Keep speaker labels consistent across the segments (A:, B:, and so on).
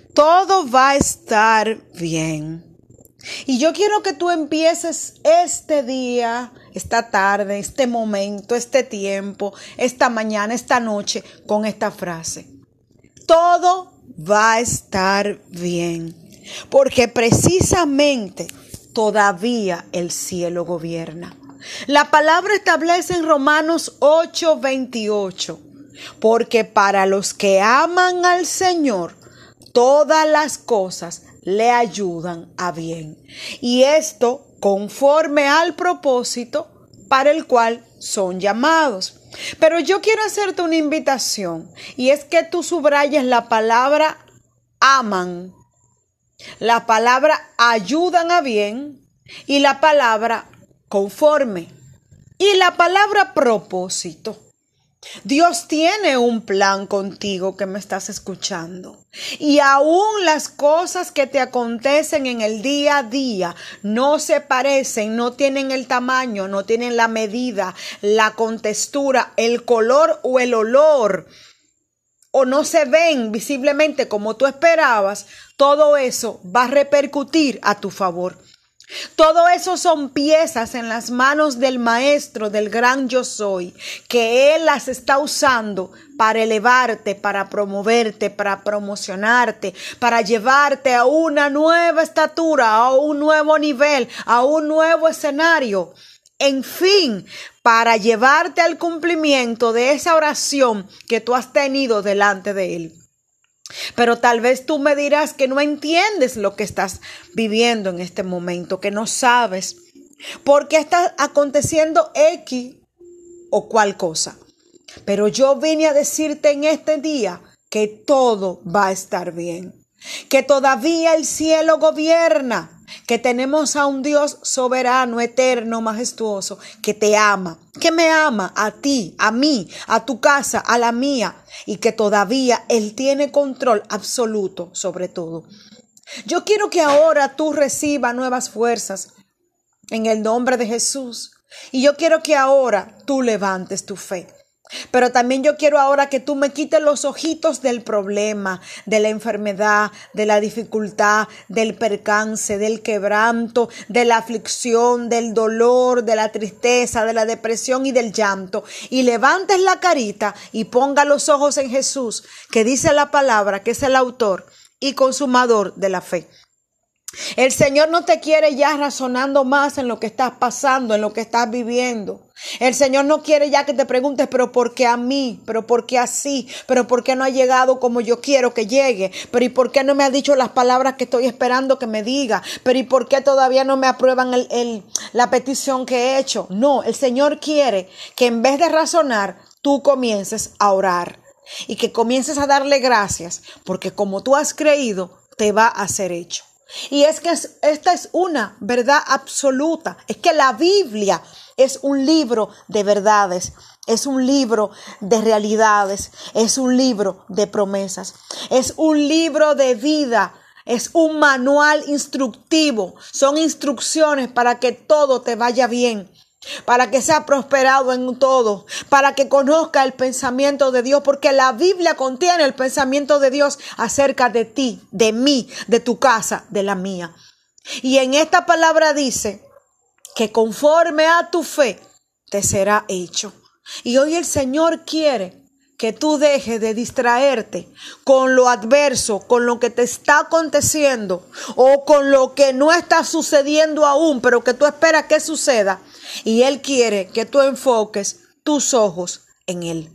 A: Todo va a estar bien. Y yo quiero que tú empieces este día, esta tarde, este momento, este tiempo, esta mañana, esta noche con esta frase. Todo va a estar bien. Porque precisamente todavía el cielo gobierna. La palabra establece en Romanos 8:28. Porque para los que aman al Señor, todas las cosas le ayudan a bien. Y esto conforme al propósito para el cual son llamados. Pero yo quiero hacerte una invitación y es que tú subrayes la palabra aman, la palabra ayudan a bien y la palabra conforme y la palabra propósito. Dios tiene un plan contigo que me estás escuchando. Y aún las cosas que te acontecen en el día a día no se parecen, no tienen el tamaño, no tienen la medida, la contextura, el color o el olor, o no se ven visiblemente como tú esperabas. Todo eso va a repercutir a tu favor. Todo eso son piezas en las manos del Maestro, del gran yo soy, que Él las está usando para elevarte, para promoverte, para promocionarte, para llevarte a una nueva estatura, a un nuevo nivel, a un nuevo escenario. En fin, para llevarte al cumplimiento de esa oración que tú has tenido delante de Él. Pero tal vez tú me dirás que no entiendes lo que estás viviendo en este momento, que no sabes por qué está aconteciendo X o cual cosa. Pero yo vine a decirte en este día que todo va a estar bien, que todavía el cielo gobierna, que tenemos a un Dios soberano, eterno, majestuoso, que te ama, que me ama a ti, a mí, a tu casa, a la mía, y que todavía Él tiene control absoluto sobre todo. Yo quiero que ahora tú recibas nuevas fuerzas en el nombre de Jesús, y yo quiero que ahora tú levantes tu fe. Pero también yo quiero ahora que tú me quites los ojitos del problema, de la enfermedad, de la dificultad, del percance, del quebranto, de la aflicción, del dolor, de la tristeza, de la depresión y del llanto. Y levantes la carita y ponga los ojos en Jesús, que dice la palabra, que es el autor y consumador de la fe. El Señor no te quiere ya razonando más en lo que estás pasando, en lo que estás viviendo. El Señor no quiere ya que te preguntes, pero ¿por qué a mí? ¿Pero por qué así? ¿Pero por qué no ha llegado como yo quiero que llegue? ¿Pero y por qué no me ha dicho las palabras que estoy esperando que me diga? ¿Pero y por qué todavía no me aprueban la petición que he hecho? No, el Señor quiere que en vez de razonar, tú comiences a orar y que comiences a darle gracias, porque como tú has creído, te va a ser hecho. Y es que esta es una verdad absoluta. Es que la Biblia es un libro de verdades, es un libro de realidades, es un libro de promesas, es un libro de vida, es un manual instructivo, son instrucciones para que todo te vaya bien, para que sea prosperado en todo, para que conozca el pensamiento de Dios, porque la Biblia contiene el pensamiento de Dios acerca de ti, de mí, de tu casa, de la mía. Y en esta palabra dice que conforme a tu fe te será hecho. Y hoy el Señor quiere que tú dejes de distraerte con lo adverso, con lo que te está aconteciendo o con lo que no está sucediendo aún, pero que tú esperas que suceda. Y Él quiere que tú enfoques tus ojos en Él.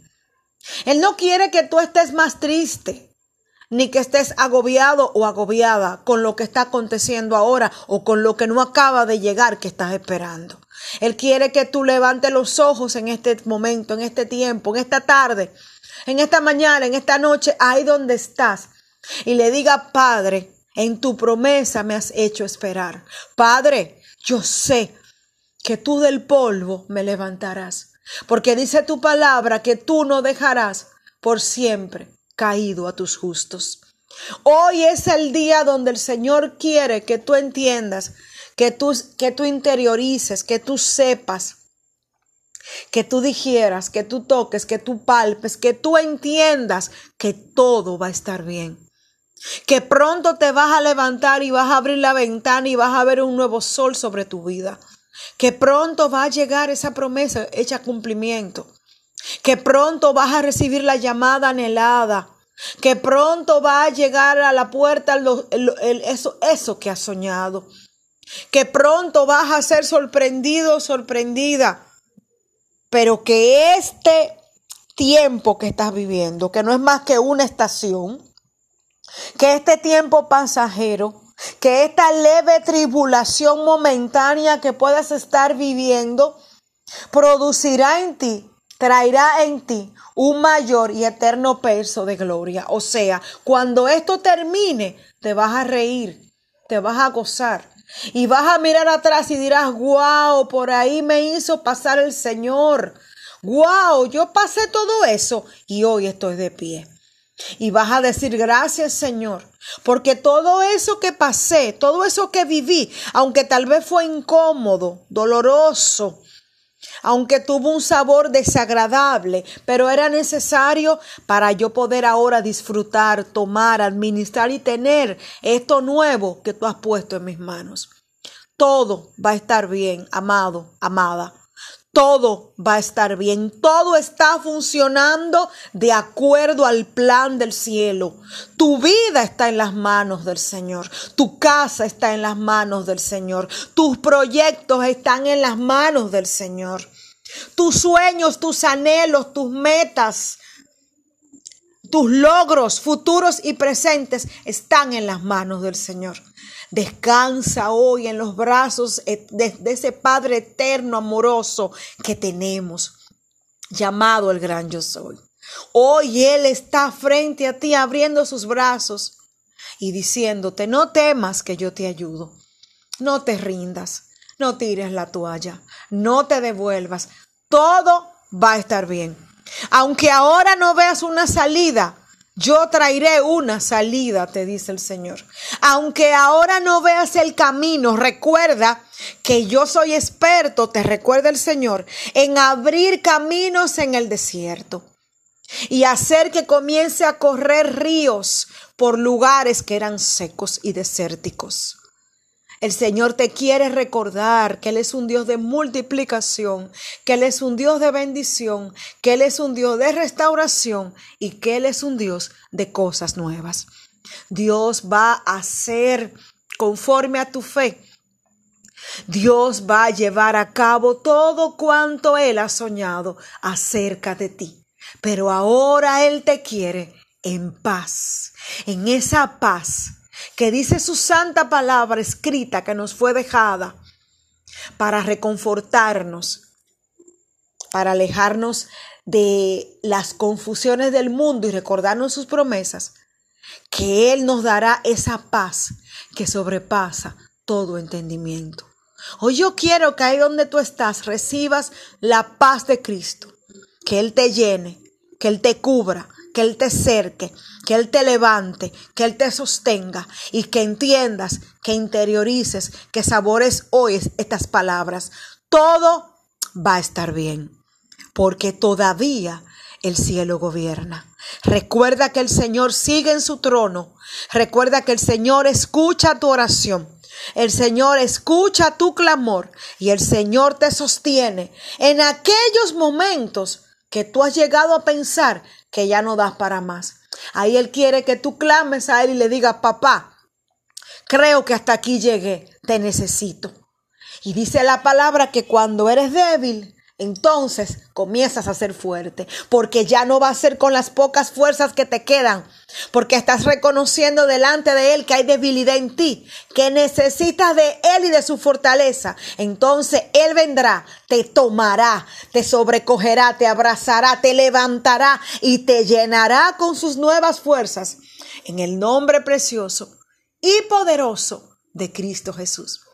A: Él no quiere que tú estés más triste, ni que estés agobiado o agobiada con lo que está aconteciendo ahora o con lo que no acaba de llegar que estás esperando. Él quiere que tú levantes los ojos en este momento, en este tiempo, en esta tarde, en esta mañana, en esta noche, ahí donde estás, y le diga: Padre, en tu promesa me has hecho esperar. Padre, yo sé que tú del polvo me levantarás, porque dice tu palabra que tú no dejarás por siempre caído a tus justos. Hoy es el día donde el Señor quiere que tú entiendas, que tú interiorices, que tú sepas, que tú digieras, que tú toques, que tú palpes, que tú entiendas que todo va a estar bien. que pronto te vas a levantar y vas a abrir la ventana y vas a ver un nuevo sol sobre tu vida, que pronto va a llegar esa promesa hecha cumplimiento, que pronto vas a recibir la llamada anhelada, que pronto va a llegar a la puerta eso que has soñado, que pronto vas a ser sorprendido o sorprendida, pero que este tiempo que estás viviendo, que no es más que una estación, que este tiempo pasajero, que esta leve tribulación momentánea que puedas estar viviendo, producirá en ti, traerá en ti un mayor y eterno peso de gloria. O sea, cuando esto termine, te vas a reír, te vas a gozar y vas a mirar atrás y dirás, wow, por ahí me hizo pasar el Señor. Wow, yo pasé todo eso y hoy estoy de pie. Y vas a decir, gracias Señor, porque todo eso que pasé, todo eso que viví, aunque tal vez fue incómodo, doloroso, aunque tuvo un sabor desagradable, pero era necesario para yo poder ahora disfrutar, tomar, administrar y tener esto nuevo que tú has puesto en mis manos. Todo va a estar bien, amado, amada. Todo va a estar bien, todo está funcionando de acuerdo al plan del cielo. Tu vida está en las manos del Señor, tu casa está en las manos del Señor, tus proyectos están en las manos del Señor. Tus sueños, tus anhelos, tus metas, tus logros futuros y presentes están en las manos del Señor. Descansa hoy en los brazos de ese Padre eterno, amoroso que tenemos, llamado el Gran Yo Soy. Hoy Él está frente a ti abriendo sus brazos y diciéndote, no temas que yo te ayudo. No te rindas, no tires la toalla, no te devuelvas. Todo va a estar bien. Aunque ahora no veas una salida, yo traeré una salida, te dice el Señor. Aunque ahora no veas el camino, recuerda que yo soy experto, te recuerda el Señor, en abrir caminos en el desierto y hacer que comience a correr ríos por lugares que eran secos y desérticos. El Señor te quiere recordar que Él es un Dios de multiplicación, que Él es un Dios de bendición, que Él es un Dios de restauración y que Él es un Dios de cosas nuevas. Dios va a hacer conforme a tu fe. Dios va a llevar a cabo todo cuanto Él ha soñado acerca de ti. Pero ahora Él te quiere en paz, en esa paz que dice su santa palabra escrita que nos fue dejada para reconfortarnos, para alejarnos de las confusiones del mundo y recordarnos sus promesas, que Él nos dará esa paz que sobrepasa todo entendimiento. Hoy yo quiero que ahí donde tú estás recibas la paz de Cristo, que Él te llene, que Él te cubra, que Él te cerque, que Él te levante, que Él te sostenga y que entiendas, que interiorices, que sabores hoy estas palabras. Todo va a estar bien, porque todavía el cielo gobierna. Recuerda que el Señor sigue en su trono. Recuerda que el Señor escucha tu oración. El Señor escucha tu clamor y el Señor te sostiene en aquellos momentos que tú has llegado a pensar que ya no das para más. Ahí Él quiere que tú clames a Él y le digas, papá, creo que hasta aquí llegué, te necesito. Y dice la palabra que cuando eres débil, entonces comienzas a ser fuerte, porque ya no va a ser con las pocas fuerzas que te quedan, porque estás reconociendo delante de Él que hay debilidad en ti, que necesitas de Él y de su fortaleza. Entonces Él vendrá, te tomará, te sobrecogerá, te abrazará, te levantará y te llenará con sus nuevas fuerzas en el nombre precioso y poderoso de Cristo Jesús.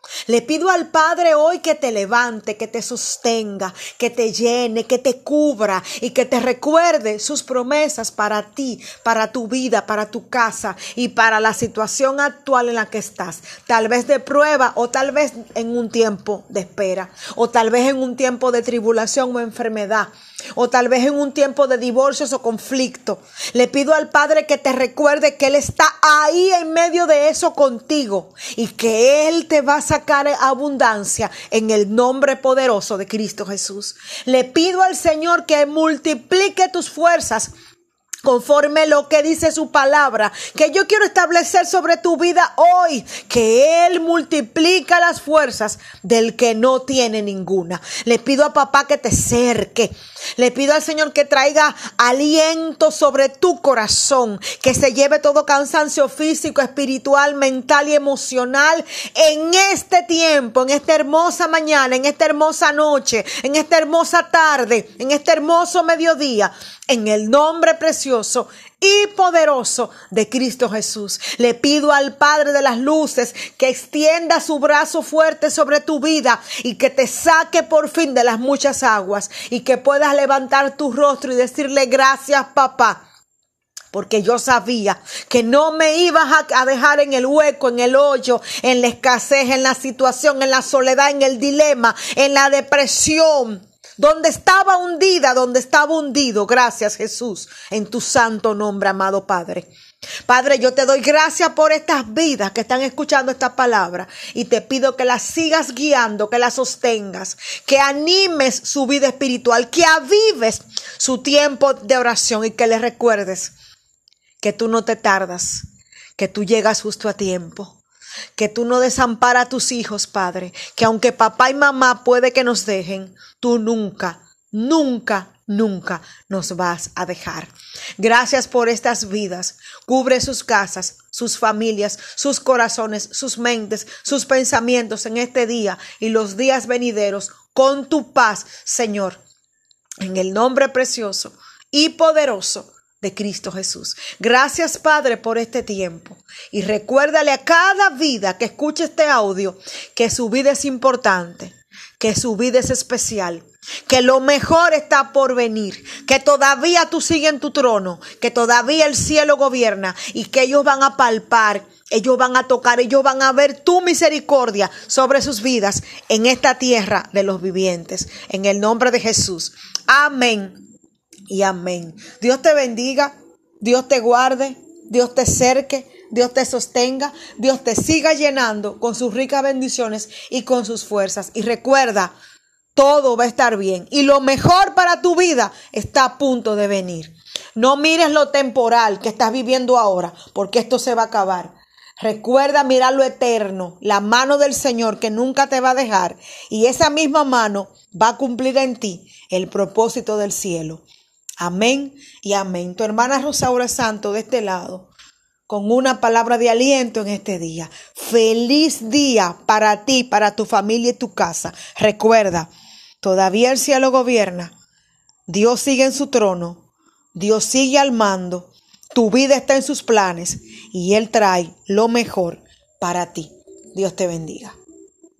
A: Le pido al Padre hoy que te levante, que te sostenga, que te llene, que te cubra y que te recuerde sus promesas para ti, para tu vida, para tu casa y para la situación actual en la que estás. Tal vez de prueba o tal vez en un tiempo de espera o tal vez en un tiempo de tribulación o enfermedad o tal vez en un tiempo de divorcios o conflicto. Le pido al Padre que te recuerde que Él está ahí en medio de eso contigo y que Él te va a sacar abundancia en el nombre poderoso de Cristo Jesús. Le pido al Señor que multiplique tus fuerzas conforme lo que dice su palabra, que yo quiero establecer sobre tu vida hoy, que Él multiplica las fuerzas del que no tiene ninguna. Le pido a papá que te cerque. Le pido al Señor que traiga aliento sobre tu corazón, que se lleve todo cansancio físico, espiritual, mental y emocional en este tiempo, en esta hermosa mañana, en esta hermosa noche, en esta hermosa tarde, en este hermoso mediodía, en el nombre precioso y poderoso de Cristo Jesús. Le pido al Padre de las luces que extienda su brazo fuerte sobre tu vida y que te saque por fin de las muchas aguas y que puedas levantar tu rostro y decirle gracias, papá. Porque yo sabía que no me ibas a dejar en el hueco, en el hoyo, en la escasez, en la situación, en la soledad, en el dilema, en la depresión. Donde estaba hundida, donde estaba hundido. Gracias, Jesús, en tu santo nombre, amado Padre. Padre, yo te doy gracias por estas vidas que están escuchando esta palabra y te pido que las sigas guiando, que las sostengas, que animes su vida espiritual, que avives su tiempo de oración y que les recuerdes que tú no te tardas, que tú llegas justo a tiempo. Que tú no desamparas a tus hijos, Padre, que aunque papá y mamá puede que nos dejen, tú nunca, nunca, nunca nos vas a dejar. Gracias por estas vidas. Cubre sus casas, sus familias, sus corazones, sus mentes, sus pensamientos en este día y los días venideros con tu paz, Señor, en el nombre precioso y poderoso de Cristo Jesús. Gracias, Padre, por este tiempo. Y recuérdale a cada vida que escuche este audio que su vida es importante, que su vida es especial, que lo mejor está por venir, que todavía tú sigues en tu trono, que todavía el cielo gobierna y que ellos van a palpar, ellos van a tocar, ellos van a ver tu misericordia sobre sus vidas en esta tierra de los vivientes. En el nombre de Jesús. Amén. Y amén. Dios te bendiga, Dios te guarde, Dios te cerque, Dios te sostenga, Dios te siga llenando con sus ricas bendiciones y con sus fuerzas. Y recuerda, todo va a estar bien y lo mejor para tu vida está a punto de venir. No mires lo temporal que estás viviendo ahora, porque esto se va a acabar. Recuerda mirar lo eterno, la mano del Señor que nunca te va a dejar, y esa misma mano va a cumplir en ti el propósito del cielo. Amén y amén. Tu hermana Rosaura Santo de este lado, con una palabra de aliento en este día. Feliz día para ti, para tu familia y tu casa. Recuerda, todavía el cielo gobierna. Dios sigue en su trono. Dios sigue al mando. Tu vida está en sus planes y Él trae lo mejor para ti. Dios te bendiga.